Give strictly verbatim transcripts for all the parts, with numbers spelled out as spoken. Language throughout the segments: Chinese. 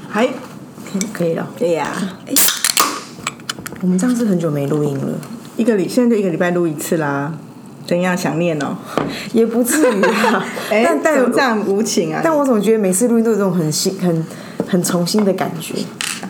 还可以可以了。 对呀、 哎，我们这样是很久没录音了， 一个礼现在就一个礼拜录一次啦。怎样想念哦？ 也不至于啊。 哎、 但但怎么这样无情啊？ 但我总觉得每次录音都有这种很新、很很重新的感觉。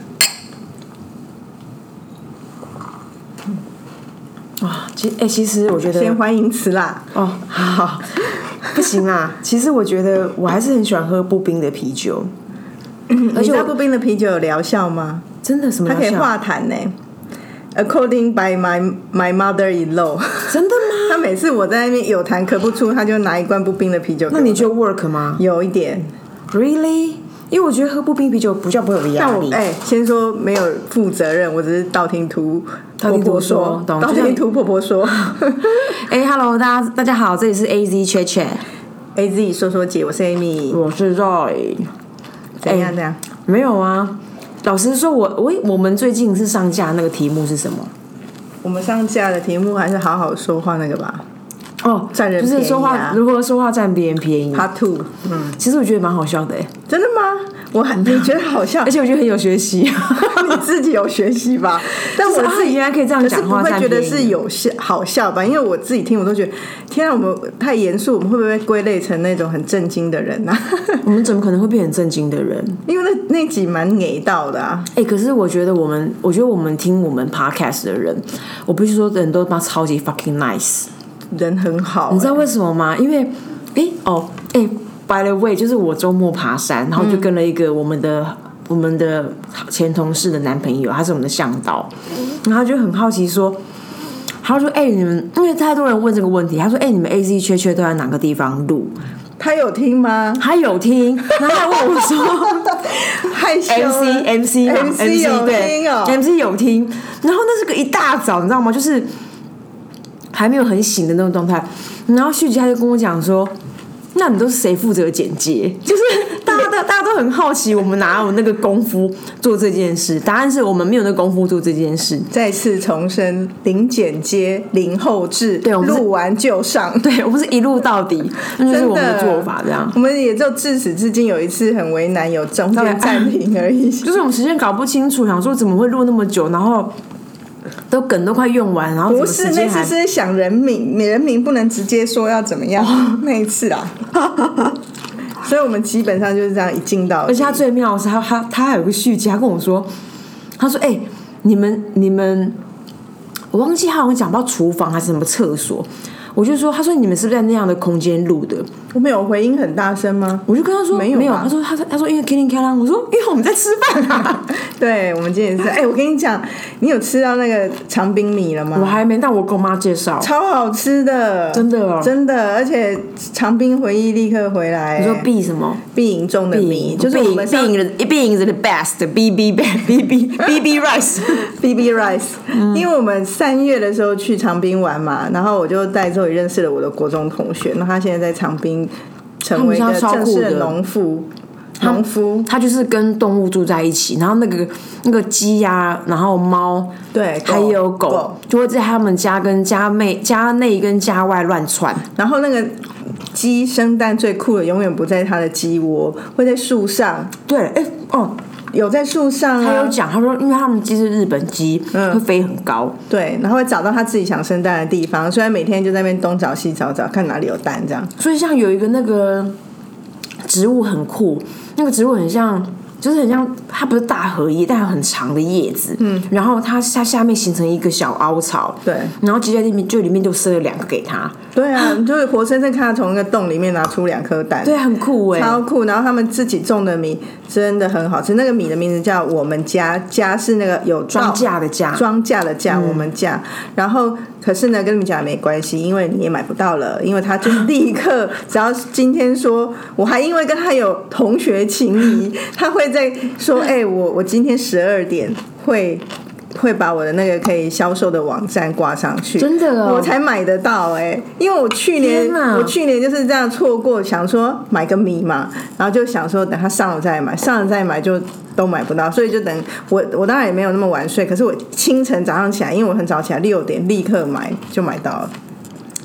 哇，其哎、欸，其实我觉得先欢迎词啦。 哦，好，不行啦。其实我觉得我还是很喜欢喝不冰的啤酒。 而且不冰的啤酒有疗效吗？ 真的什么疗效？ 它可以化痰呢。According by my my mother-in-law， 真的吗？ 他每次我在那边有痰咳不出，他就拿一罐不冰的啤酒给我。 那你就 work 吗？ 有一点 ，really？ 因为我觉得喝不冰啤酒比较不会有压力。 哎、欸，先说没有负责任，我只是道听途道听途说， 道听途婆婆说。 哎、欸、，Hello， 大家大家好，这里是 A Z Chat Chat。A Z 说说姐，我是 Amy， 我是 Roy。 怎样怎样？ 没有啊。老实说我，我我们最近是上架那个题目是什么？ 我们上架的题目还是好好说话那个吧。 哦， 占人便宜、啊、 就是说话如何说话占别人便宜。 Part Two， 嗯， 其实我觉得蛮好笑的哎。 真的吗？我很你觉得好笑， 而且我觉得很有学习。 你自己有学习吧？但我自己原来可以这样讲话， 可是不会觉得是有笑好笑吧？因为我自己听，我都觉得天啊，我们太严肃，我们会不会被归类成那种很震惊的人啊？ 我们怎么可能会变很震惊的人？ 因为那那集蛮给到的啊。 哎、欸，可是我觉得我们，我觉得我们听我们 podcast 的人，我必须说，人都妈超级 fucking nice， 人很好、欸。 你知道为什么吗？因为，哎、欸、哦，哎、欸、，by the way， 就是我周末爬山，然后就跟了一个我们的、嗯、我们的前同事的男朋友，他是我们的向导，然后就很好奇说，他说：“哎、欸，你们因为太多人问这个问题，他说：哎、欸，你们 A Z Chat Chat都在哪个地方录？” 他有听吗？ 他有听，然后他问我说：“ 害羞 M C M C M C 有听哦 ，M C 有听。”然后那是个一大早，你知道吗？就是还没有很醒的那种状态。然后旭吉他就跟我讲说：“那你都是谁负责剪接？”就是大家都大家都很好奇，我们哪有那个功夫做这件事？答案是我们没有那个功夫做这件事。 再次重申，零剪接，零后置， 对， 录完就上。 对，我们是一路到底，那就是我们的做法。这样， 我们也就至始至今有一次很为难，有中间暂停而已。 就是我们时间搞不清楚，想说怎么会录那么久，然后。都梗都快用完，然后不是那次是想人民，人民不能直接说要怎么样、哦、那一次啊，所以我们基本上就是这样一进到。 而且他最妙的是他他他还有个续集，他跟我说，他说：“哎、欸，你们你们，我忘记他好像讲到厨房还是什么厕所。”我就说，他说你们是不是在那样的空间录的？ 我们有回音很大声吗？ 我就跟他说没有， 没有。他说他说他说因为 Killing Kalang， 我说因为我们在吃饭啊。 对，我们今天是哎、欸，我跟你讲，你有吃到那个长饼米了吗？ 我还没，但我跟我妈介绍， 超好吃的， 真的哦， 真的，而且长滨回忆立刻回来。 你说必什么？ 必营中的米，就是我们必营必营 is the best，B B B B B B rice B B rice、嗯。因为我们三月的时候去长滨玩嘛，然后我就带周也认识了我的国中同学，那他现在在长滨成为一个正式的农夫。农夫他就是跟动物住在一起，然后那个那个鸡呀、啊，然后猫， 对， 还有狗，狗就会在他们家跟家内、家内跟家外乱窜。 然后那个鸡生蛋最酷的，永远不在它的鸡窝，会在树上。 对，哎哦。 有在树上、啊， 他有讲，他说，因为他们鸡是日本鸡，嗯，会飞很高， 对，然后会找到他自己想生蛋的地方，所以每天就在那边东找西找找，看哪里有蛋这样。 所以像有一个那个植物很酷，那个植物很像，就是很像，它不是大荷叶，但它很长的叶子，嗯，然后它它下面形成一个小凹槽， 对， 然后鸡在里面，就里面就生了两个给它。 对啊，你就会活生生看它从那个洞里面拿出两颗蛋， 对，很酷哎、欸， 超酷。然后他们自己种的米真的很好吃，那个米的名字叫我们家，家是那个有庄稼的家， 庄稼的家，嗯、我们家。然后可是呢，跟你们讲也没关系，因为你也买不到了，因为他就是立刻，只要今天说，我还因为跟他有同学情谊，他会在说，哎、欸，我我今天十二点会。会把我的那个可以销售的网站挂上去， 真的哦， 我才买得到哎、欸，因为我去年我去年就是这样错过，想说买个米嘛，然后就想说等它上了再买，上了再买就都买不到，所以就等我我当然也没有那么晚睡，可是我清晨早上起来，因为我很早起来六点立刻买就买到了。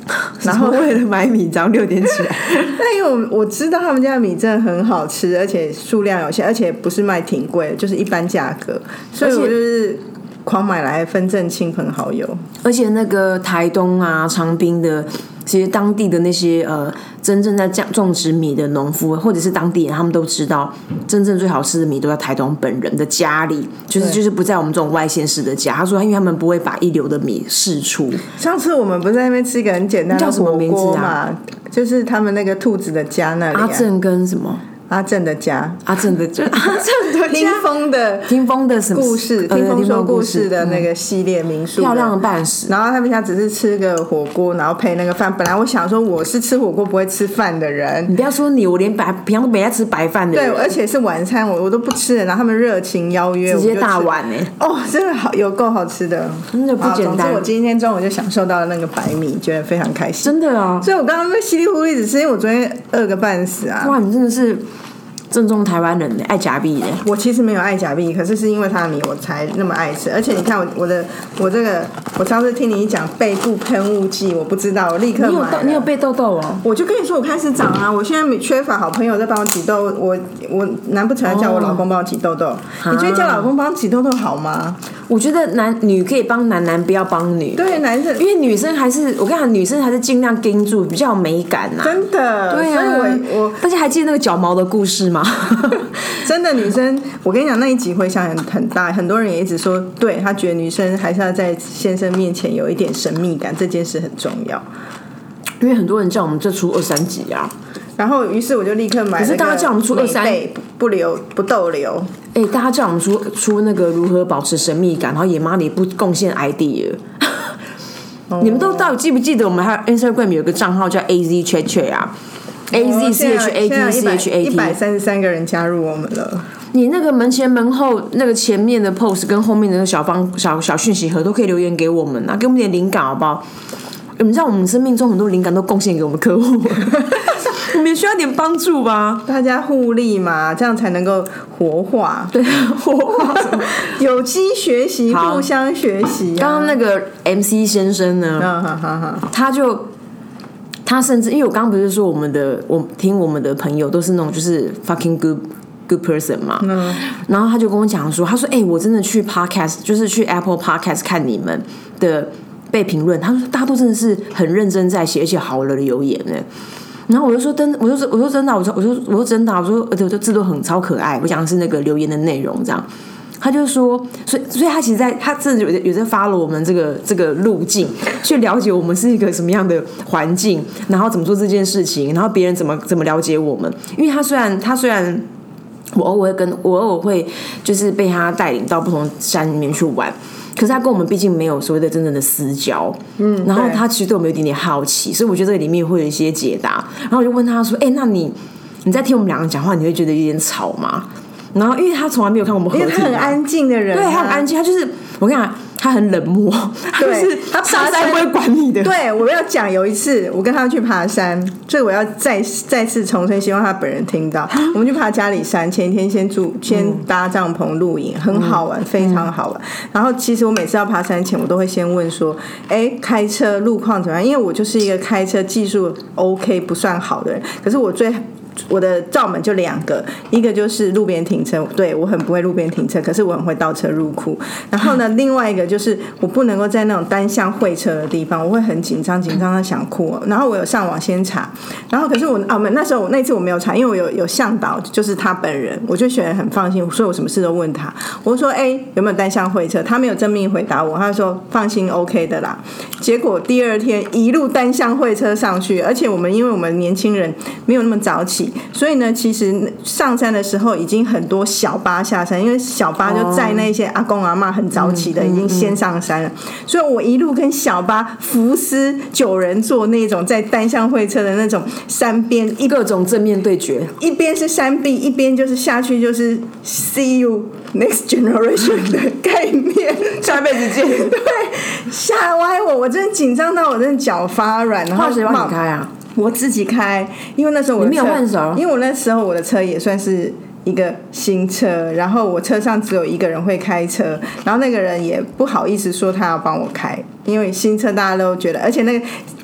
然后为了买米早上六点起来。 那因为我我知道他们家的米真的很好吃，而且数量有限，而且不是卖挺贵的，就是一般价格，所以我就是狂买来分赠亲朋好友。 而且那个台东啊、长滨的，其实当地的那些呃真正在种植米的农夫或者是当地人，他们都知道真正最好吃的米都在台东本人的家里，就是就是不在我们这种外县市的家。他说因为他们不会把一流的米释出。 上次我们不是在那边吃一个很简单的火锅嘛、啊、就是他们那个兔子的家那里、啊、 阿正跟什么阿正的家， 阿正的家，阿正的家， 听风的听风的什么故事，听风说故事的那个系列民宿， 漂亮的半死。 然后他们家只是吃个火锅，然后配那个饭。本来我想说我是吃火锅不会吃饭的人， 你不要说你，我连白平常都没在吃白饭的人。 对，而且是晚餐我我都不吃的，然后他们热情邀约， 直接大碗哎、欸， 哦，真的好有够好吃的， 真的不简单。 总之我今天中午就享受到了那个白米，觉得非常开心， 真的啊。 所以我刚刚那稀里糊涂只吃，因为我昨天饿个半死啊。 哇，你真的是正宗台湾人，爱假币的。 我其实没有爱假币，可是是因为它的米我才那么爱吃。而且你看我我的我这个，我上次听你讲背部喷雾剂，我不知道，我立刻买了。 你有你有背痘痘哦？ 我就跟你说我开始长啊，我现在缺乏好朋友在帮我挤痘，我我难不成要叫我老公帮我挤痘痘？哦、你觉得叫老公帮挤痘痘好吗？ 我觉得男女可以帮男，男不要帮女。 对，男生因为女生还是我跟你讲，女生还是尽量盯住，比较有美感呐、啊。 真的， 对啊。 所以我我大家还记得那个脚毛的故事吗？ 真的，女生，我跟你讲，那一集回响很很大，很多人也一直说，对他觉得女生还是要在先生面前有一点神秘感，这件事很重要。 因为很多人叫我们这出二三集啊， 然后于是我就立刻买了。可是大家叫我们出二三， 不留不逗留。 哎、欸，大家叫我们出出那个如何保持神秘感，然后野妈你不贡献 idea。你们都到底记不记得我们还有 Instagram 有一个账号叫 A Z Chat Chat 啊？ A Z C H A T C H A T 一百三十三个人加入我们了。 你那个门前门后那个前面的 post 跟后面的小方小小讯息盒都可以留言给我们啊，给我们点灵感好不好？你知道我们生命中很多灵感都贡献给我们客户，我们也需要点帮助吧？ 大家互利嘛，这样才能够活化。 对，活化什么？ 有机学习，互相学习、啊。 刚刚那个 M C 先生呢？ 嗯好好好他就。他甚至因为我刚刚不是说我们的我听我们的朋友都是那种就是 fucking good good person 嘛、嗯，然后他就跟我讲说，他说哎、欸，我真的去 podcast 就是去 Apple Podcast 看你们的被评论，他说大家都真的是很认真在写，而且好了的留言呢。然后我就说真，我就说我说真的，我说我说我说真的，我说我说字都很超可爱，我讲的是那个留言的内容这样。他就说，所以，所以他其实在，他真的有有在 follow 我们这个这个路径，去了解我们是一个什么样的环境，然后怎么做这件事情，然后别人怎么怎么了解我们。因为他虽然他虽然我偶尔会跟我偶尔会就是被他带领到不同山里面去玩，可是他跟我们毕竟没有所谓的真正的私交，嗯，然后他其实对我们有点点好奇，所以我觉得这个里面会有一些解答。然后我就问他说，哎、欸，那你你在听我们两个讲话，你会觉得有点吵吗？然后，因为他从来没有看过我们合体， 因为他很安静的人、啊， 对，他很安静，他就是我跟你讲，他很冷漠，他就是他爬山不会管你的。 对，我要讲有一次我跟他去爬山，所以我要再再次重申，希望他本人听到。我们去爬嘉里山，前一天先住，先搭帐篷露营，很好玩，嗯、非常好玩。然后其实我每次要爬山前，我都会先问说，哎，开车路况怎么样？因为我就是一个开车技术 OK 不算好的人，可是我最我的罩门就两个，一个就是路边停车，对，我很不会路边停车，可是我很会倒车入库。然后呢，另外一个就是我不能够在那种单向会车的地方，我会很紧张，紧张到想哭。然后我有上网先查，然后可是我啊，那时候我那次我没有查，因为我有有向导，就是他本人，我就觉得很放心，所以我什么事都问他。我说，哎，有没有单向会车？他没有正面回答我，他说放心 ，OK 的啦。结果第二天一路单向会车上去，而且我们因为我们年轻人没有那么早起。所以呢，其实上山的时候已经很多小巴下山，因为小巴就载那些阿公阿嬷很早起的，已经先上山了。所以我一路跟小巴福斯九人座那种在单向会车的那种山边， 一各种正面对决， 一边是山壁，一边就是下去就是 See you next generation 的概念， 下辈子见。 对，吓歪我，我真的紧张到我真的脚发软。然后谁帮你开啊？ 我自己开，因为那时候我的车你没有换手， 因为我那时候我的车也算是一个新车，然后我车上只有一个人会开车，然后那个人也不好意思说他要帮我开，因为新车大家都觉得，而且那个底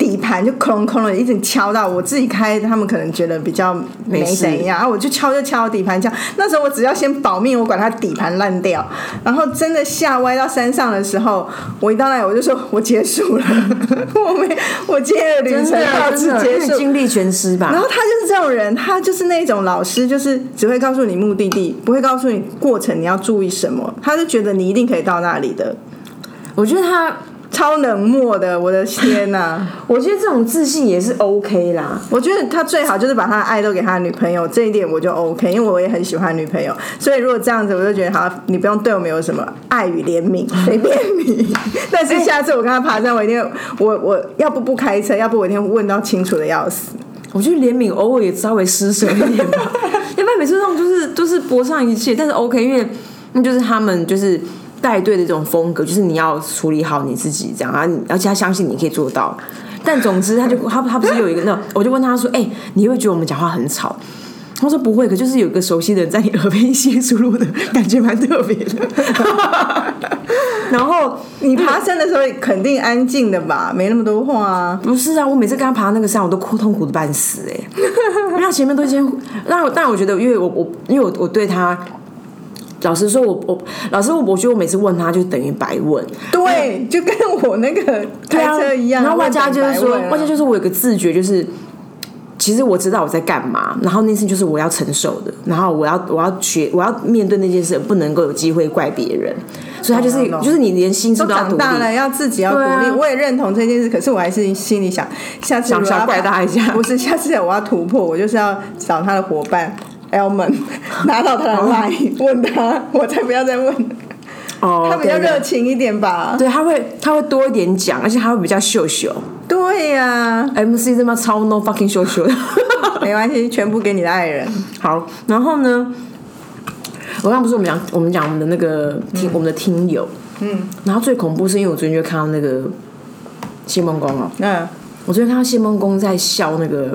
底盘就空空了，一直敲到我自己开，他们可能觉得比较没怎样，然后我就敲就敲底盘，敲。那时候我只要先保命，我管它底盘烂掉。然后真的下歪到山上的时候，我一到那里我就说我结束了，我没我今天的旅程到此结束， 精力全失吧。 然后他就是这种人，他就是那种老师，就是只会告诉你目的地，不会告诉你过程你要注意什么，他就觉得你一定可以到那里的。 我觉得他超冷漠的，我的天哪！ 我觉得这种自信也是 OK 啦。 我觉得他最好就是把他的爱都给他的女朋友，这一点我就 OK， 因为我也很喜欢女朋友，所以如果这样子，我就觉得好，你不用对我们有什么爱与怜悯，随便你。但是下次我跟他爬山，我一定我我要不不开车，要不我一定问到清楚的要死。 我觉得怜悯偶尔也稍微施舍一点吧，要不然每次这种就是就是搏上一切，但是 OK， 因为那就是他们就是带队的这种风格，就是你要处理好你自己这样啊，而且他相信你可以做到。但总之，他就他他不是有一个那，我就问他说：“哎、欸，你会不会觉得我们讲话很吵？”他说：“不会，可就是有一个熟悉的人在你耳边稀疏入的感觉，蛮特别的。”然后你爬山的时候肯定安静的吧，没那么多话啊。 不是啊，我每次跟他爬那个山，我都哭痛苦的半死哎、欸，因为他前面都先，但但我觉得，因为我我因为我我对他。老实说我，我我老师，我觉得我每次问他就等于白问， 对，就跟我那个开车一样。 然后外加就是说，外加就是我有个自觉，就是其实我知道我在干嘛，然后那次就是我要承受的，然后我要我要学，我要面对那件事，不能够有机会怪别人。所以他就是、oh, no. 就是你连心智都要独立， 都长大了要自己要独立、啊。我也认同这件事，可是我还是心里想，下次我要怪他一下， 不是下次我要突破，我就是要找他的伙伴。Elman 拿到他的 line 问他，我才不要再问。哦，他比较热情一点吧？ 对，他会他会多一点讲，而且他会比较秀秀。 对呀、啊、 ，M C 他妈超 no fucking 秀秀的， 没关系，全部给你的爱人。 好，然后呢，我刚刚不是我们讲我们讲我们的那个听、嗯、我们的听友，嗯，然后最恐怖是因为我最近就看到那个谢梦公哦，嗯，我最近看到谢梦公在笑那个。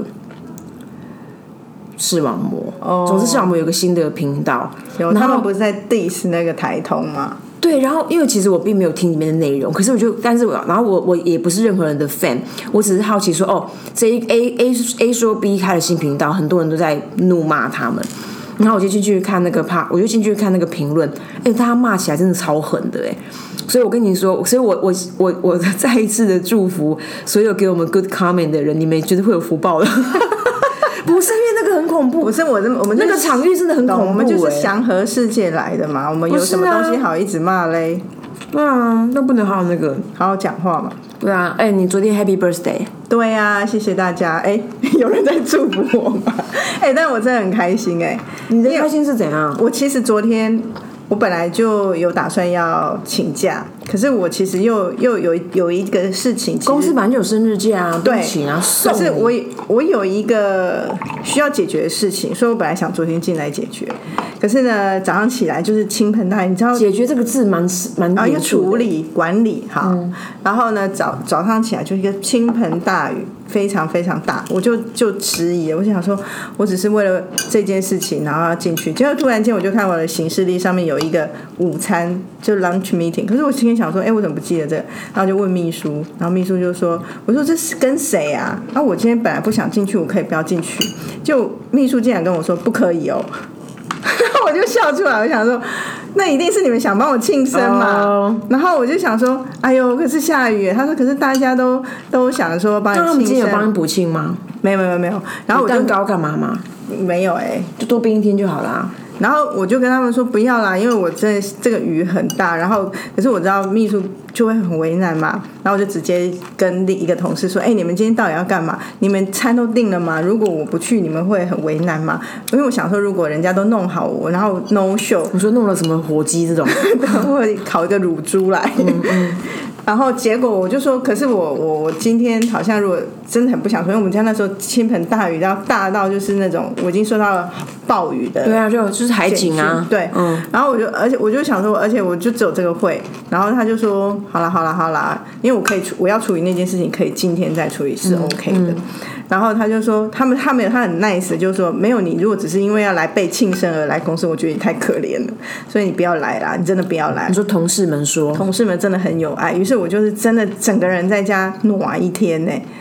视网膜，哦，总之视网膜有个新的频道， 有他们不是在 diss 那个台通吗？ 对，然后因为其实我并没有听里面的内容，可是我就，但是我，然后我我也不是任何人的 fan， 我只是好奇说，哦，这一 A A A 说 B 开了新频道，很多人都在怒骂他们，然后我就进去看那个怕，我就进去看那个评论，哎，大家骂起来真的超狠的哎，所以我跟你说，所以我我我我再一次的祝福所有给我们 good comment 的人，你们绝对会有福报的。不是因为那个很恐怖， 不是我我们那个场域真的很恐怖、欸， 我们就是祥和世界来的嘛，我们有什么东西好一直骂嘞？ 对啊，那不能好好那个好好讲话嘛。 对啊，哎、欸，你昨天 Happy Birthday？ 对啊，谢谢大家。哎、欸，有人在祝福我吗？哎、欸，但我真的很开心哎、欸。 你的开心是怎样？ 我其实昨天。我本来就有打算要请假，可是我其实又又有有一个事情， 公司本来就有生日假啊，对，请啊， 可是我我有一个需要解决的事情，所以我本来想昨天进来解决，可是呢，早上起来就是倾盆大雨，你知道， 解决这个字蛮蛮啊，要处理管理好、嗯，然后呢，早早上起来就一个倾盆大雨。非常非常大，我就就迟疑了。我想说，我只是为了这件事情，然后要进去。结果突然间，我就看我的行事历上面有一个午餐，就 lunch meeting。可是我今天想说，哎、欸，我怎么不记得这个？然后就问秘书，然后秘书就说：“我说这是跟谁啊？”然后我今天本来不想进去，我可以不要进去。就秘书竟然跟我说：“不可以哦。”我就笑出来，我想说，那一定是你们想帮我庆生嘛。Oh. 然后我就想说，哎呦，可是下雨。他说，可是大家都都想说帮你庆生。那他们今天有帮你补庆吗？没有没有没有。然后我就蛋糕干嘛吗？ 没有哎、欸， 就多冰一天就好啦。 然后我就跟他们说不要啦，因为我这这个雨很大，然后可是我知道秘书就会很为难嘛，然后我就直接跟另一个同事说，哎、欸，你们今天到底要干嘛？你们餐都订了吗？如果我不去，你们会很为难吗？因为我想说，如果人家都弄好我，然后 no show， 你说弄了什么火鸡这种， 会烤一个乳猪来。嗯嗯然后结果我就说，可是我我我今天好像如果真的很不想说，因为我们家那时候倾盆大雨，然后大到就是那种我已经受到了暴雨的， 对啊，就就是海景啊， 对，嗯。然后我就而且我就想说，而且我就只有这个会，然后他就说，好啦好啦好啦，因为我可以我要处理那件事情，可以今天再处理是 OK 的。嗯嗯然后他就说，他们他没有，他很 nice， 就是说没有你，如果只是因为要来被庆生而来公司，我觉得你太可怜了，所以你不要来啦，你真的不要来。 你说同事们说， 同事们真的很有爱，于是我就是真的整个人在家暖一天呢。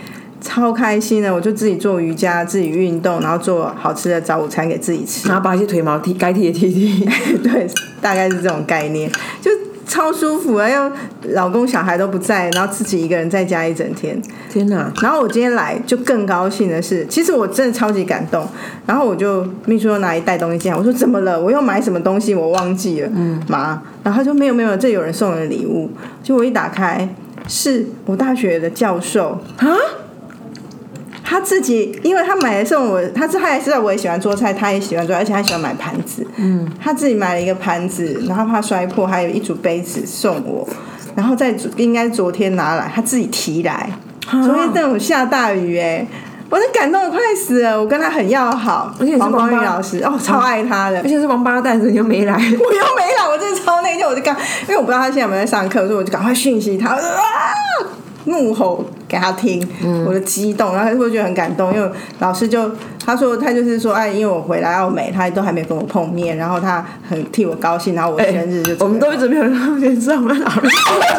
超开心的，我就自己做瑜伽，自己运动，然后做好吃的早午餐给自己吃， 然后把一些腿毛剃该剃的剃剃。 对，大概是这种概念，就超舒服啊！又老公小孩都不在，然后自己一个人在家一整天， 天哪！ 然后我今天来就更高兴的是，其实我真的超级感动。然后我就秘书又拿一袋东西进来，我说怎么了？我又买什么东西？我忘记了，嗯，妈。然后他说没有没有，这有人送的礼物。就我一打开，是我大学的教授啊。他自己，因为他买的送我，他是他也知道我也喜欢做菜，他也喜欢做，而且他喜欢买盘子。嗯，他自己买了一个盘子，然后怕摔破，还有一组杯子送我，然后在应该昨天拿来，他自己提来。昨天那种下大雨哎、欸，我真感动得快死了。我跟他很要好， 而且是王光宇老师哦，超爱他的， 而且是王八蛋，你又没来，我又没来，我真的超内疚。我就刚，因为我不知道他现在有没有在上课，所以我就赶快讯息他，我就啊。怒吼给他听，我的激动，然后他会觉得很感动，因为老师就他说他就是说，哎，因为我回来澳美，他都还没跟我碰面，然后他很替我高兴，然后我生日就、欸、 我们都一直没有让别人知道我们老师。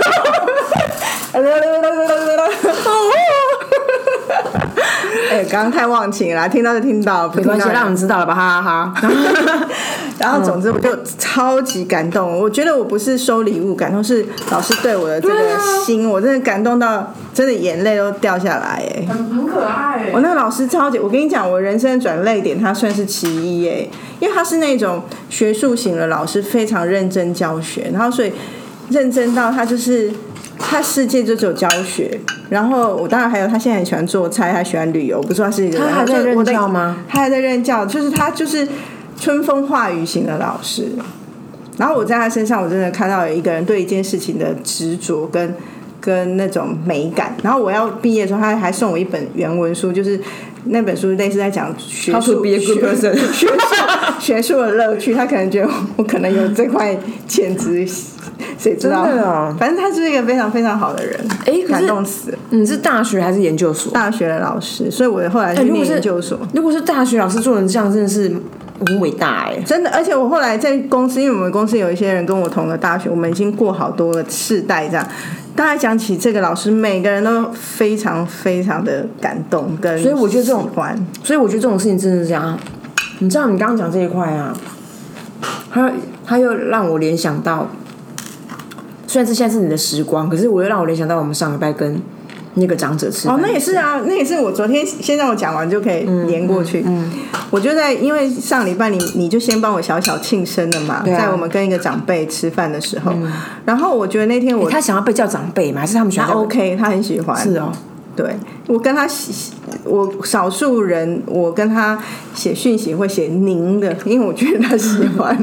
哎、欸，刚刚太忘情了，听到就听到， 没关系，让你知道了吧，哈哈哈。 然后总之我就超级感动，我觉得我不是收礼物感动，是老师对我的这个心，我真的感动到真的眼泪都掉下来哎， 很很可爱。 我那个老师超级，我跟你讲，我人生的转捩点他算是其一哎，因为他是那种学术型的老师，非常认真教学，然后所以认真到他就是他世界就只有教学，然后我当然还有他现在很喜欢做菜，他喜欢旅游，不是他是一个他还在任教吗？ 他还在任教，就是他就是春风化雨型的老师。然后我在他身上，我真的看到有一个人对一件事情的执着跟跟那种美感。然后我要毕业的时候，他还送我一本原文书，就是那本书类似在讲学术学术学术的乐趣。他可能觉得我可能有这块潜质。谁知道？ 哦、 反正他是一个非常非常好的人， 哎， 感动死了。 你是大学还是研究所？ 大学的老师，所以我后来去念研究所。 如果是大学老师做成这样，真的是很伟大哎！ 真的，而且我后来在公司，因为我们公司有一些人跟我同个大学，我们已经过好多个世代这样。大家讲起这个老师，每个人都非常非常的感动跟喜欢， 所以我觉得这种，所以我觉得这种事情真的是这样。你知道，你刚刚讲这一块啊，他他又让我联想到。虽然是现在是你的时光，可是我又让我联想到我们上礼拜跟那个长者吃饭。 哦，那也是啊，那也是我昨天先让我讲完就可以连过去。嗯，嗯我就在因为上礼拜你你就先帮我小小庆生了嘛，啊、在我们跟一个长辈吃饭的时候，嗯、然后我觉得那天我、 欸、他想要被叫长辈嘛，还是他们喜欢？ 他 OK， 他很喜欢。 是哦。 对，我跟他我少数人我跟他写讯息会写您的，因为我觉得他喜欢。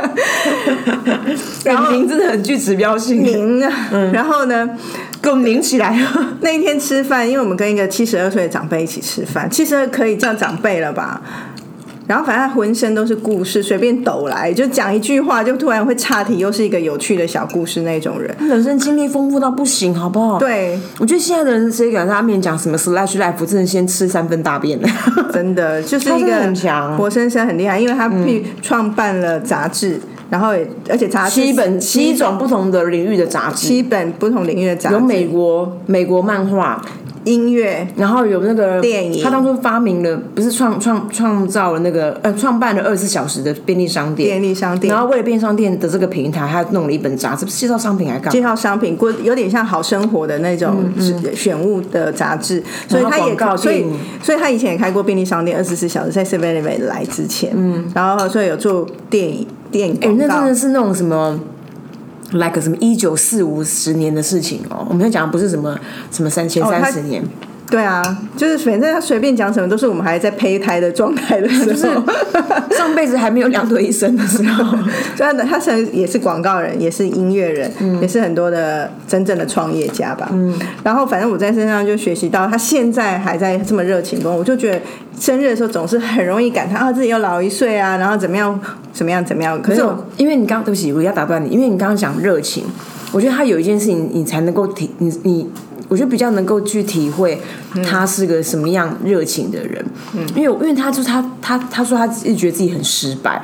然后您真的很具指标性。 您的，嗯、然后呢， 给我们拧起来。 那一天吃饭，因为我们跟一个七十二岁的长辈一起吃饭，七十二可以叫长辈了吧？然后反正他浑身都是故事，随便抖来就讲一句话，就突然会岔题，又是一个有趣的小故事那种人， 人生经历丰富到不行，好不好？ 对， 我觉得现在的人谁敢在他面讲什么 slash life， 真的先吃三分大便了。 真的就是一个很强， 活生生很厉害，因为他创办了杂志。嗯然后也，而且杂志七本七种不同的领域的杂志， 七本不同领域的杂志， 有美国美国漫画、 音乐， 然后有那个电影。 他当初发明了，不是创创创造了那个呃，创办了二十四小时的便利商店， 便利商店。 然后为了便利商店的这个平台，他弄了一本杂志，介绍商品还干嘛？ 介绍商品，有点像好生活的那种选物的杂志。嗯嗯、所以他也所以所以他以前也开过便利商店二十四小时，在 seven eleven 来之前，嗯，然后所以有做电影。电影广告， 欸、那真的是那种什么 ，like 什么一九四五十年的事情哦。我们在讲的不是什么什么三千三十年。哦对啊，就是反正他随便讲什么都是我们还在胚胎的状态的时候， 就是上辈子还没有两腿一伸的时候。 真的，他也是广告人，也是音乐人，嗯、也是很多的真正的创业家吧。嗯，然后反正我在身上就学习到，他现在还在这么热情跟我，我就觉得生日的时候总是很容易感叹啊自己又老一岁啊，然后怎么样怎么样怎么样。可是我因为你刚对不起，我要打断你，因为你刚刚讲热情，我觉得他有一件事情你才能够体你你。我觉得比较能够去体会他是个什么样热情的人，嗯、因为因为他就他他他说他一直觉得自己很失败，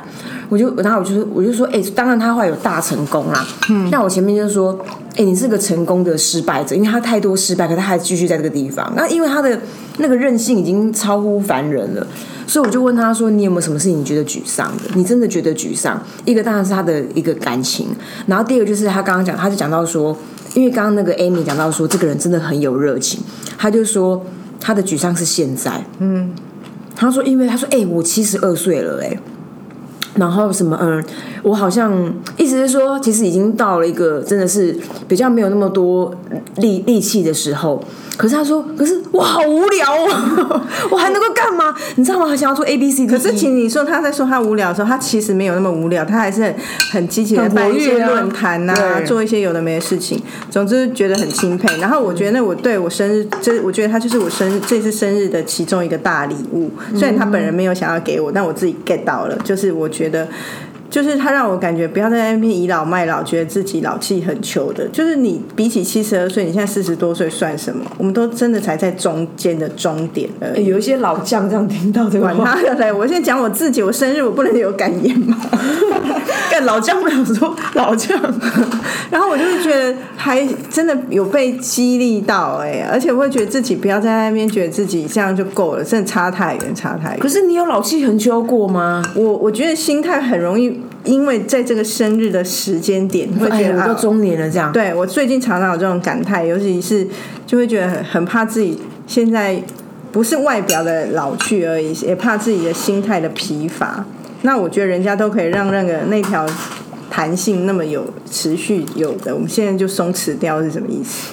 我就然后我就说我就说，哎、欸，当然他会有大成功啦。嗯，那我前面就说，哎、欸，你是个成功的失败者，因为他太多失败，可他还继续在这个地方。那因为他的那个韧性已经超乎凡人了，所以我就问他说，你有没有什么事情你觉得沮丧的？你真的觉得沮丧？一个当然是他的一个感情，然后第二个就是他刚刚讲，他就讲到说，因为刚刚那个 Amy 讲到说，这个人真的很有热情，他就说他的沮丧是现在，嗯。他说：“因为他说，哎、欸，我七十二岁了、欸，哎，然后什么，嗯，我好像意思是说，其实已经到了一个真的是比较没有那么多力力气的时候。可是他说，可是我好无聊哦，我还能够干嘛？你知道吗？还想要做 A B C D。 可是，请你说他在说他无聊的时候，他其实没有那么无聊，他还是很很积极的办一些论坛啊，做一些有的没的事情。总之觉得很钦佩。然后我觉得我对我生日，这我觉得他就是我生日这次生日的其中一个大礼物。虽然他本人没有想要给我，但我自己 get 到了，就是我觉得。”就是他让我感觉不要在那边倚老卖老，觉得自己老气横秋的。就是你比起七十二岁，你现在四十多岁算什么？我们都真的才在中间的终点而已。 欸、有一些老将这样听到这个话， 管他的嘞！我现在讲我自己，我生日我不能有感言吗？ 干老将不想说老将， 然后我就会觉得还真的有被激励到哎、欸，而且我会觉得自己不要在那边觉得自己这样就够了，真的差太远，差太远。 可是你有老气横秋过吗？ 我我觉得心态很容易。因为在这个生日的时间点，会觉得、 哎、我到中年了这样。 对，我最近常常有这种感慨，尤其是就会觉得很很怕自己现在不是外表的老去而已，也怕自己的心态的疲乏。那我觉得人家都可以让那个那条弹性那么有持续有的，我们现在就松弛掉是什么意思？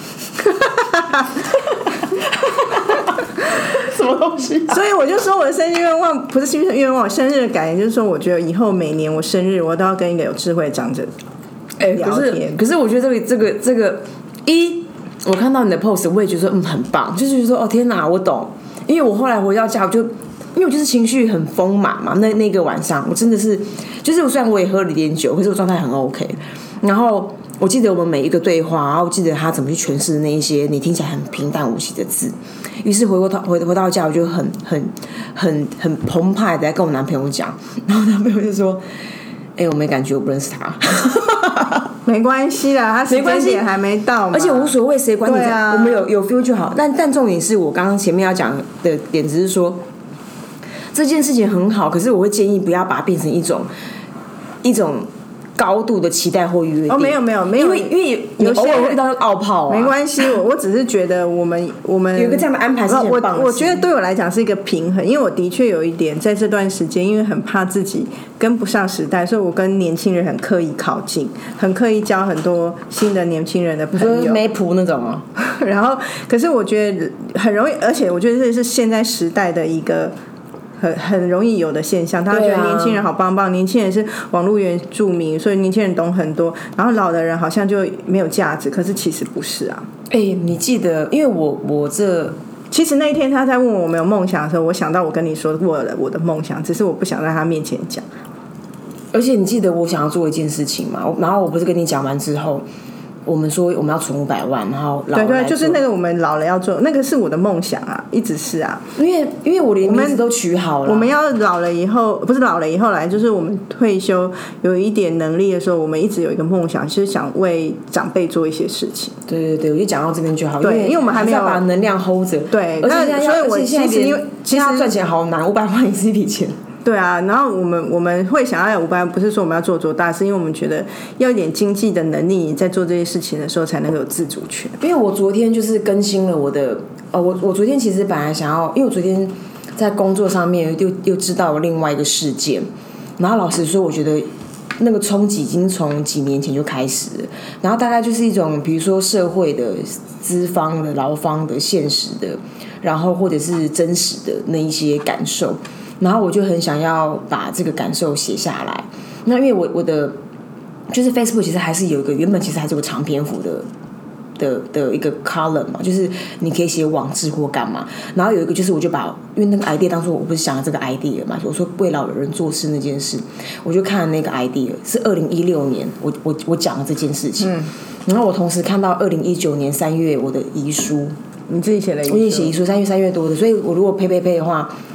什么东西、啊？ 所以我就说我的生日愿望不是生日愿望，我生日的感言就是说，我觉得以后每年我生日我都要跟一个有智慧的长者聊天。欸、 可是可是我觉得这个这个这个一，我看到你的 post， 我也觉得说嗯很棒，就是说哦天哪，我懂，因为我后来回到家，我就因为我就是情绪很丰满嘛，那那个晚上我真的是，就是虽然我也喝了一点酒，可是我状态很 OK， 然后。我记得我们每一个对话，然后我记得他怎么去诠释那一些你听起来很平淡无奇的字。于是回过头回回到家，我就很很很很澎湃的在跟我男朋友讲，然后男朋友就说：“哎、欸，我没感觉，我不认识他。” 没关系啦，他时间点还没到嘛， 而且无所谓谁管你， 啊、 我们有有 feel 就好。但但重点是我刚刚前面要讲的点，只是说这件事情很好，可是我会建议不要把它变成一种一种。高度的期待或约定哦，没有没有没有， 因为因为你偶尔会遇到傲炮啊， 没关系，我我只是觉得我们我们有一个这样的安排是很棒的。 我我觉得对我来讲是一个平衡，因为我的确有一点在这段时间，因为很怕自己跟不上时代，所以我跟年轻人很刻意靠近，很刻意交很多新的年轻人的朋友， 没谱那种啊。 然后，可是我觉得很容易，而且我觉得这是现在时代的一个。很很容易有的现象，大家觉得年轻人好棒棒，啊、年轻人是网络原住民，所以年轻人懂很多，然后老的人好像就没有价值，可是其实不是啊。 哎、欸，你记得，因为我我这其实那一天他在问我有没有梦想的时候，我想到我跟你说过了我的梦想，只是我不想在他面前讲。 而且你记得我想要做一件事情嘛？然后我不是跟你讲完之后。我们说我们要存五百万，然后老了对对，就是那个我们老了要做，那个是我的梦想啊，一直是啊。 因为因为我连名字都取好了， 我们要老了以后，不是老了以后来，就是我们退休有一点能力的时候，我们一直有一个梦想，就是想为长辈做一些事情。 对对对，我就讲到这边就好。 对，因为我们还没有把能量 hold 着。 对， 而且所以我其实因为其实赚钱好难，五百万也是一笔钱。 对啊，然后我们我们会想要有五百万，不是说我们要做做大，是因为我们觉得要一点经济的能力，你在做这些事情的时候才能够有自主权。 因为我昨天就是更新了我的，呃，我我昨天其实本来想要，因为我昨天在工作上面又又知道了另外一个事件，然后老实说，我觉得那个冲击已经从几年前就开始了，然后大概就是一种比如说社会的、资方的、劳方的、现实的，然后或者是真实的那一些感受。然后我就很想要把这个感受写下来。那因为我我的就是 Facebook 其实还是有一个原本其实还是有个长篇幅的的的一个 column 嘛，就是你可以写网志或干嘛。然后有一个就是我就把因为那个 idea 当初我不是想了这个 idea 嘛，我说为老人做事那件事，我就看了那个 idea 是二零一六年我我我讲了这件事情。嗯，然后我同时看到二零一九年三月我的遗书。 你自己写的遗书？ 我自己写遗书，三月三月多的，所以我如果呸呸呸的话，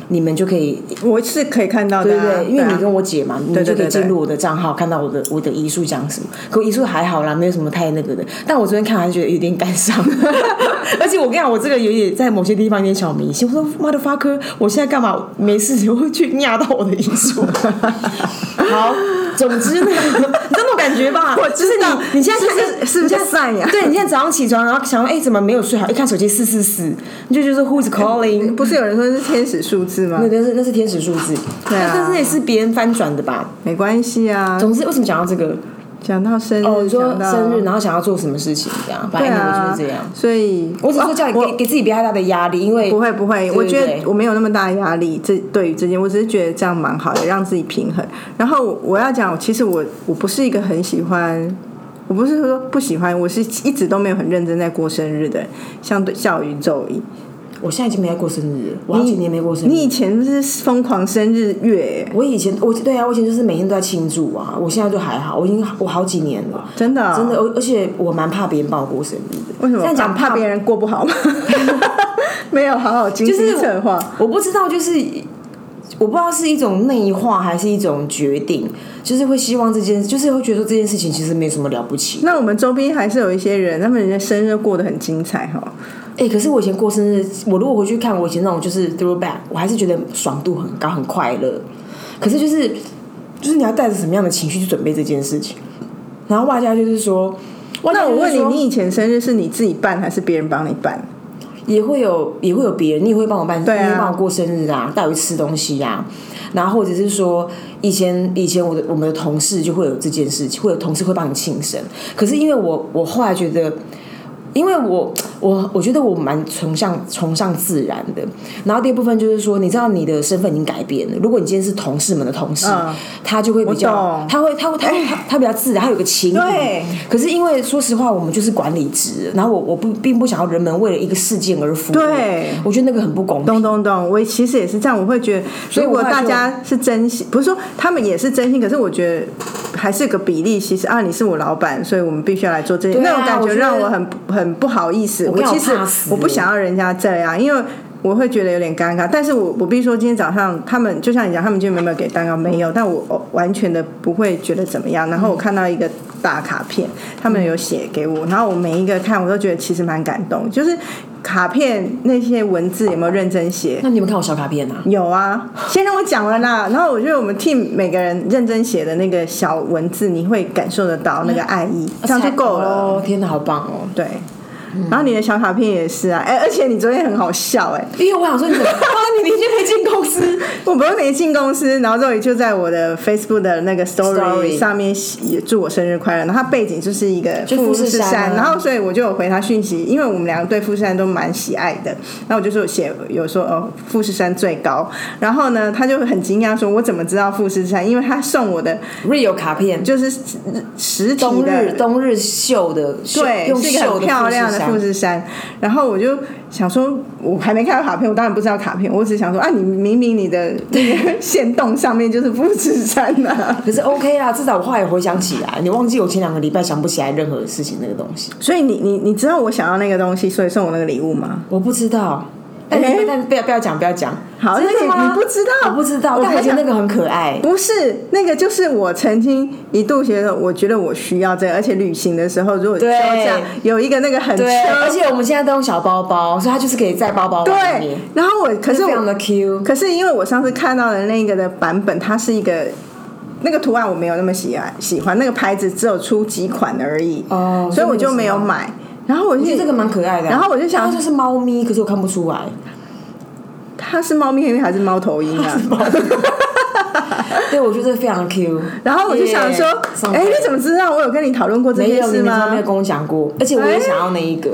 你们就可以， 我是可以看到的、啊， 对对对，因为你跟我我姐嘛，你们就可以进入我的账号，看到我的我的遗书讲什么。可我遗书还好啦，没有什么太那个的。但我昨天看还是觉得有点感伤，而且我跟你讲，我这个有点在某些地方有点小迷信。我说 motherfucker， 我现在干嘛没事就会去压到我的遗书？好，总之呢，你这种感觉吧， 我知道， 你你现在是是不是晒呀？ 对，你现在早上起床，然后想说，哎，怎么没有睡好？一看手机四四四，你就觉得 Who's calling？ 不是有人说是天使数字吗？ 那那是那是天使数字， 对啊， 但是也是别人翻转的吧？ 没关系啊。 总之，为什么讲到这个？ 讲到生日， 哦，你说生日，然后想要做什么事情，这样，反正我就是这样。 所以， 我只是说叫你给给自己不要太大的压力，因为不会不会，我觉得我没有那么大的压力。这对于这件，我只是觉得这样蛮好的，让自己平衡。然后我要讲，其实我我不是一个很喜欢，我不是说不喜欢，我是一直都没有很认真在过生日的人，相对较于周一。 我现在已经没在过生日了，我好几年没过生日。 你以前是疯狂生日月， 我以前我对啊，我以前就是每天都在庆祝啊。我现在就还好，我已经我好几年了， 真的、哦、 真的，而且我蛮怕别人帮我过生日的。 为什么？ 这样讲怕别人过不好吗？没有好好精心策划、就是， 我不知道，就是我不知道是一种内化还是一种决定，就是会希望这件，就是会觉得说这件事情其实没什么了不起。 那我们周边还是有一些人，他们人家生日过得很精彩哈。 哎、欸，可是我以前过生日，我如果回去看我以前那种就是 throwback， 我还是觉得爽度很高，很快乐。可是就是就是你要带着什么样的情绪去准备这件事情？然后外加就是说， 那我问你，你以前生日是你自己办还是别人帮你办？ 也会有也会有别人，你也会帮我办， 对啊， 你会帮我过生日啊，带我去吃东西啊。然后或者是说，以前以前我的我们的同事就会有这件事情，会有同事会帮你庆生。可是因为我我后来觉得。因为我我我觉得我蛮崇尚崇尚自然的，然后第二部分就是说，你知道你的身份已经改变了。如果你今天是同事们的同事，嗯、他就会比较，他会他会他他他比较自然，他有个情谊。 对。 可是因为说实话，我们就是管理职，然后我我不并不想要人们为了一个事件而服务。 对。 我觉得那个很不公平。 懂懂懂，我其实也是这样，我会觉得，如果大家是真心，不是说他们也是真心，可是我觉得还是个比例。其实啊，你是我老板，所以我们必须要来做这件、啊、那种感觉让我很很不好意思。我其实我不想要人家这样，因为我会觉得有点尴尬。但是我我必须说，今天早上他们就像你讲，他们今天有没有给蛋糕？没有，但我完全的不会觉得怎么样。然后我看到一个大卡片，他们有写给我，然后我每一个看我都觉得其实蛮感动。就是卡片那些文字有没有认真写？ 那你们看我小卡片啊？ 有啊，先让我讲了啦。然后我觉得我们 team 每个人认真写的那个小文字，你会感受得到那个爱意，这样就够了。 哦，天哪，好棒哦！ 对。然后你的小卡片也是啊，哎，而且你昨天很好笑哎， 因为我想说你怎么，哇，你明天没进公司， 我不是没进公司，然后周宇就在我的 Facebook 的那个 Story 上面祝我生日快乐，然后他背景就是一个富士山，然后所以我就有回他讯息，因为我们两个对富士山都蛮喜爱的，然后我就说写有说哦富士山最高，然后呢他就很惊讶说我怎么知道富士山，因为他送我的 real 卡片就是实体的冬日冬日绣的， 对，是一个很漂亮的富士山，然后我就想说，我还没看到卡片，我当然不知道卡片，我只想说啊，你明明你的那个线动上面就是富士山啊， 可是 OK 啦，至少我后来回想起来，你忘记我前两个礼拜想不起来任何事情那个东西， 所以你你你知道我想要那个东西，所以送我那个礼物吗？ 我不知道。但是、欸、但不要不要讲不要讲， 好，那个你不知道， 我不知道，但我觉得那个很可爱。 不是那个，就是我曾经一度觉得，我觉得我需要这个，而且旅行的时候如果这样有一个那个很对，而且我们现在都用小包包，所以它就是可以在包包里面。 对，然后我可是我非常的 Q， 可是因为我上次看到的那个的版本，它是一个。那个图案我没有那么喜欢，喜欢那个牌子只有出几款而已，哦，所以我就没有买。然后我就觉得这个蛮可爱的、啊， 然后我就想， 它就是猫咪，可是我看不出来， 它是猫咪音还是猫头鹰啊？ 对，我觉得非常 Q。 然后我就想说，哎、欸，你怎么知道我有跟你讨论过这件事吗？ 没有，你没有跟我讲过，而且我也想要那一个。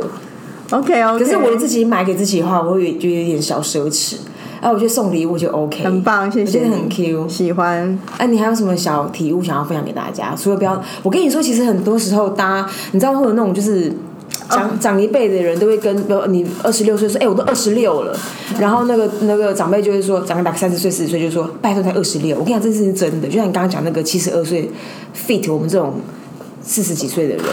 OK OK， 可是我自己买给自己的话，我会觉得有点小奢侈。哎、啊，我觉得送礼物就 OK， 很棒，谢谢， 我觉得很 Q， 喜欢。 哎、啊，你还有什么小体悟想要分享给大家？除了不要，我跟你说，其实很多时候，大家你知道会有那种就是长长一辈的人都会跟，比如你二十六岁说，哎、欸，我都二十六了，然后那个那个长辈就会说，长个大概三十岁、四十岁，就说拜托才二十六。我跟你讲，这是真的，就像你刚刚讲那个七十二岁 fit 我们这种四十几岁的人。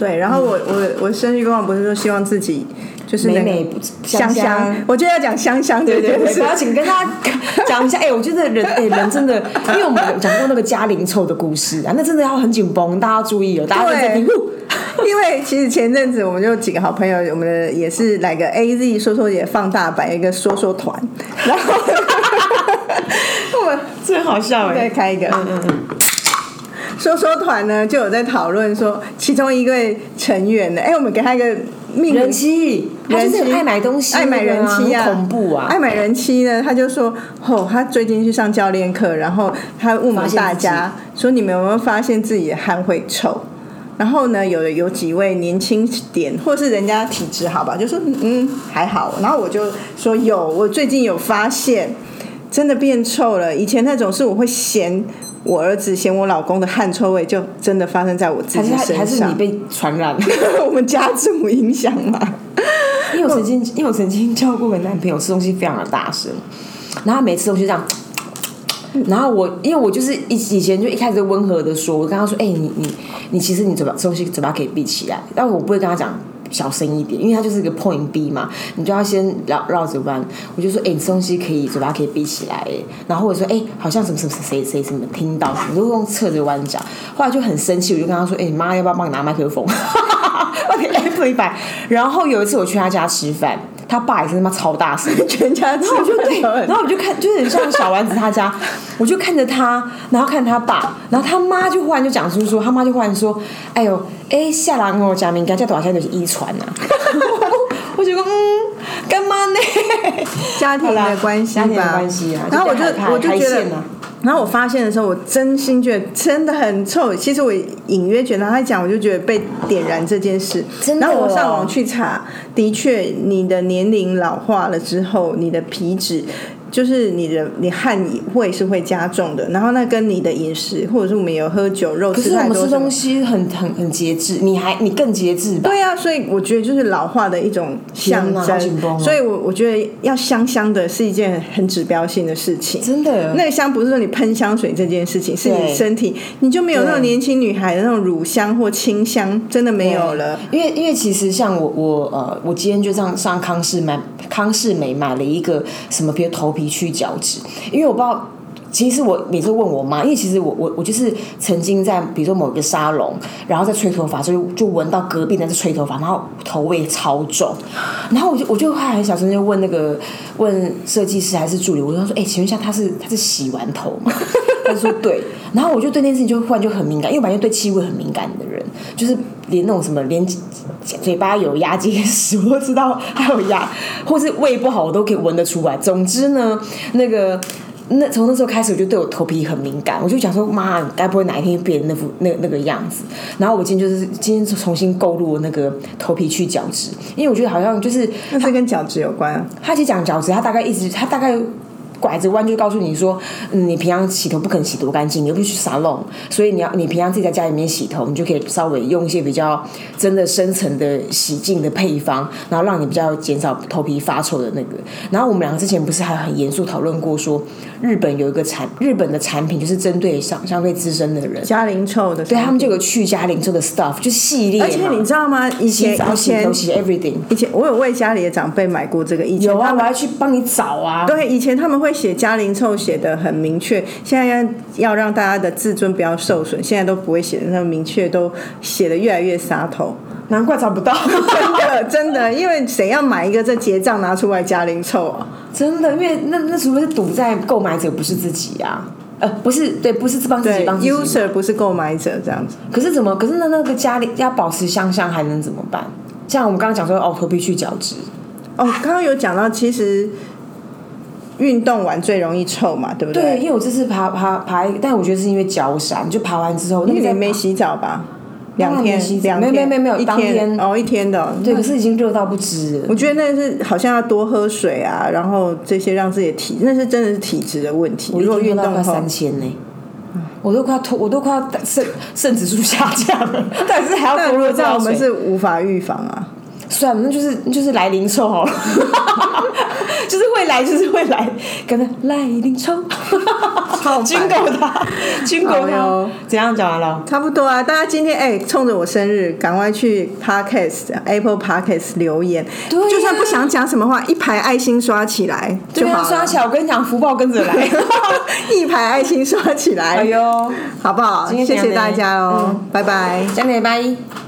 对，然后我我我生日愿望不是说希望自己就是美美香香香， 我觉得要讲香香这件事。 我要请跟大家讲一下，哎、欸，我觉得人哎、欸、人真的，因为我们有讲过那个嘉玲臭的故事啊，那真的要很紧绷，大家要注意哦，大家在听。 因为其实前阵子我们就几个好朋友，我们的也是来个 A Z 说说姐放大版一个说说团，然后我们真好笑哎， 再开一个。 嗯嗯嗯说说团呢就有在讨论说，其中一位成员呢，哎，我们给他一个命名人妻，他就是爱买东西， 爱买人妻啊， 恐怖啊！ 爱买人妻呢，他就说，哦，他最近去上教练课，然后他问我们大家说，你们有没有发现自己的汗会臭？然后呢，有有几位年轻点，或是人家体质好吧，就说嗯还好。然后我就说有，我最近有发现，真的变臭了。以前那种是我会嫌我儿子嫌我老公的汗臭味，就真的发生在我自己身上。 还是你被传染了？ 我们家族影响嘛。 因为我曾经，因为我曾经交过个男朋友，吃东西非常的大声，然后他每次东西这样。然后我，因为我就是以以前就一开始就温和的说，我跟他说，哎、欸，你你你其实你嘴巴东西嘴巴可以闭起来，但我不会跟他讲小声一点，因为他就是一个 point B 嘛，你就要先绕绕着弯。我就说，哎、欸，你东西可以嘴巴可以闭起来，然后我说，哎、欸，好像什么什么谁谁什么听到，我就用侧着弯讲。后来就很生气，我就跟他说，哎、欸，你妈要不要帮你拿麦克风？我给 Apple 一百。然后有一次我去他家吃饭。他爸也是他妈超大声， 全家吃， 然后我就对，然后我就看，就是很像小丸子他家，我就看着他，然后看他爸，然后他妈就忽然就讲出说，他妈就忽然说，哎呦，哎下人哦，假名家叫多少现在就是遗传呐，我觉得嗯，干嘛呢？ 家庭的关系吧， 家庭的关系啊， 然后我就我就觉得。然后我发现的时候，我真心觉得真的很臭。其实我隐约觉得他讲，我就觉得被点燃这件事。 真的、哦。 然后我上网去查，的确，你的年龄老化了之后，你的皮脂。就是你的你汗味是会加重的，然后那跟你的饮食，或者是我们有喝酒肉吃太多， 可是我们吃东西很很很节制，你还你更节制吧？ 对啊，所以我觉得就是老化的一种象征。 哦、 所以我我觉得要香香的是一件很指标性的事情。 真的， 那个香不是说你喷香水这件事情，是你身体你就没有那种年轻女孩的那种乳香或清香，真的没有了。 因为因为其实像我我呃我今天就上上康士买康士美买了一个什么，比如头皮去角质，因为我不知道，其实我每次问我妈，因为其实我我我就是曾经在比如说某一个沙龙，然后在吹头发，所以就闻到隔壁的在吹头发，然后头味超重，然后我就我就还很小声就问那个问设计师还是助理，我就说，哎、欸，请问一下他是他是洗完头吗？他就说对，然后我就对那件事情就忽然就很敏感，因为我本来就对气味很敏感的人，就是连那种什么连嘴巴有牙结石我都知道，还有牙或是胃不好我都可以闻得出来。总之呢，那个那从那时候开始我就对我头皮很敏感，我就想说妈，你该不会哪一天变那副那那个样子？然后我今天就是今天重新购入那个头皮去角质，因为我觉得好像就是那是跟角质有关啊。 他其实讲角质，他大概一直他大概。拐着弯就告诉你说，嗯，你平常洗头不可能洗多干净，你又不去沙龙，所以你要你平常自己在家里面洗头，你就可以稍微用一些比较真的深层的洗净的配方，然后让你比较减少头皮发臭的那个。然后我们两个之前不是还很严肃讨论过说，日本有一个产日本的产品就是针对相相对资深的人， 加零臭的， 对他们就有去加零臭的 stuff， 就系列嘛。 而且你知道吗？以前以前都洗 everything， 以前我有为家里的长辈买过这个，以前有啊，我还去帮你找啊。 对，以前他们会写加零臭写的很明确，现在要要让大家的自尊不要受损，现在都不会写的那么明确，都写的越来越洒头。 难怪找不到， 真的真的，因为谁要买一个这结账拿出来加零臭啊？ 真的，因为那那除非是赌在购买者不是自己啊，呃，不是对，不是帮自己帮自己 ，user 不是购买者这样子。 可是怎么？可是那那个家里要保持香香还能怎么办？像我们刚刚讲说，哦，头皮去角质。 哦，刚刚有讲到，其实运动完最容易臭嘛，对不对？ 对，因为我这次爬爬爬，但我觉得是因为脚闪，就爬完之后， 因为你没洗澡吧？两天，两天， 没有没有没有， 一天哦，一天的、哦。 对，可是已经热到不知了。 我觉得那是好像要多喝水啊，然后这些让自己的体，那是真的是体质的问题。 我如果运动快三千呢，我都快要我都快要肾肾指数下降了，但是还要多热到水。 我们是无法预防啊。 算了，那就是就是来临臭好了，就是会来，就是会来，跟着来临臭，军狗他，军狗他，怎样讲完了？ 差不多啊，大家今天哎，冲着我生日，赶快去 Podcast Apple Podcast 留言， 对啊、 就算不想讲什么话，一排爱心刷起来就好了。 对啊，刷起来，我跟你讲，福报跟着来， 一排爱心刷起来， 哎呦， 好不好？谢谢大家哦，嗯、拜拜， 再见，拜。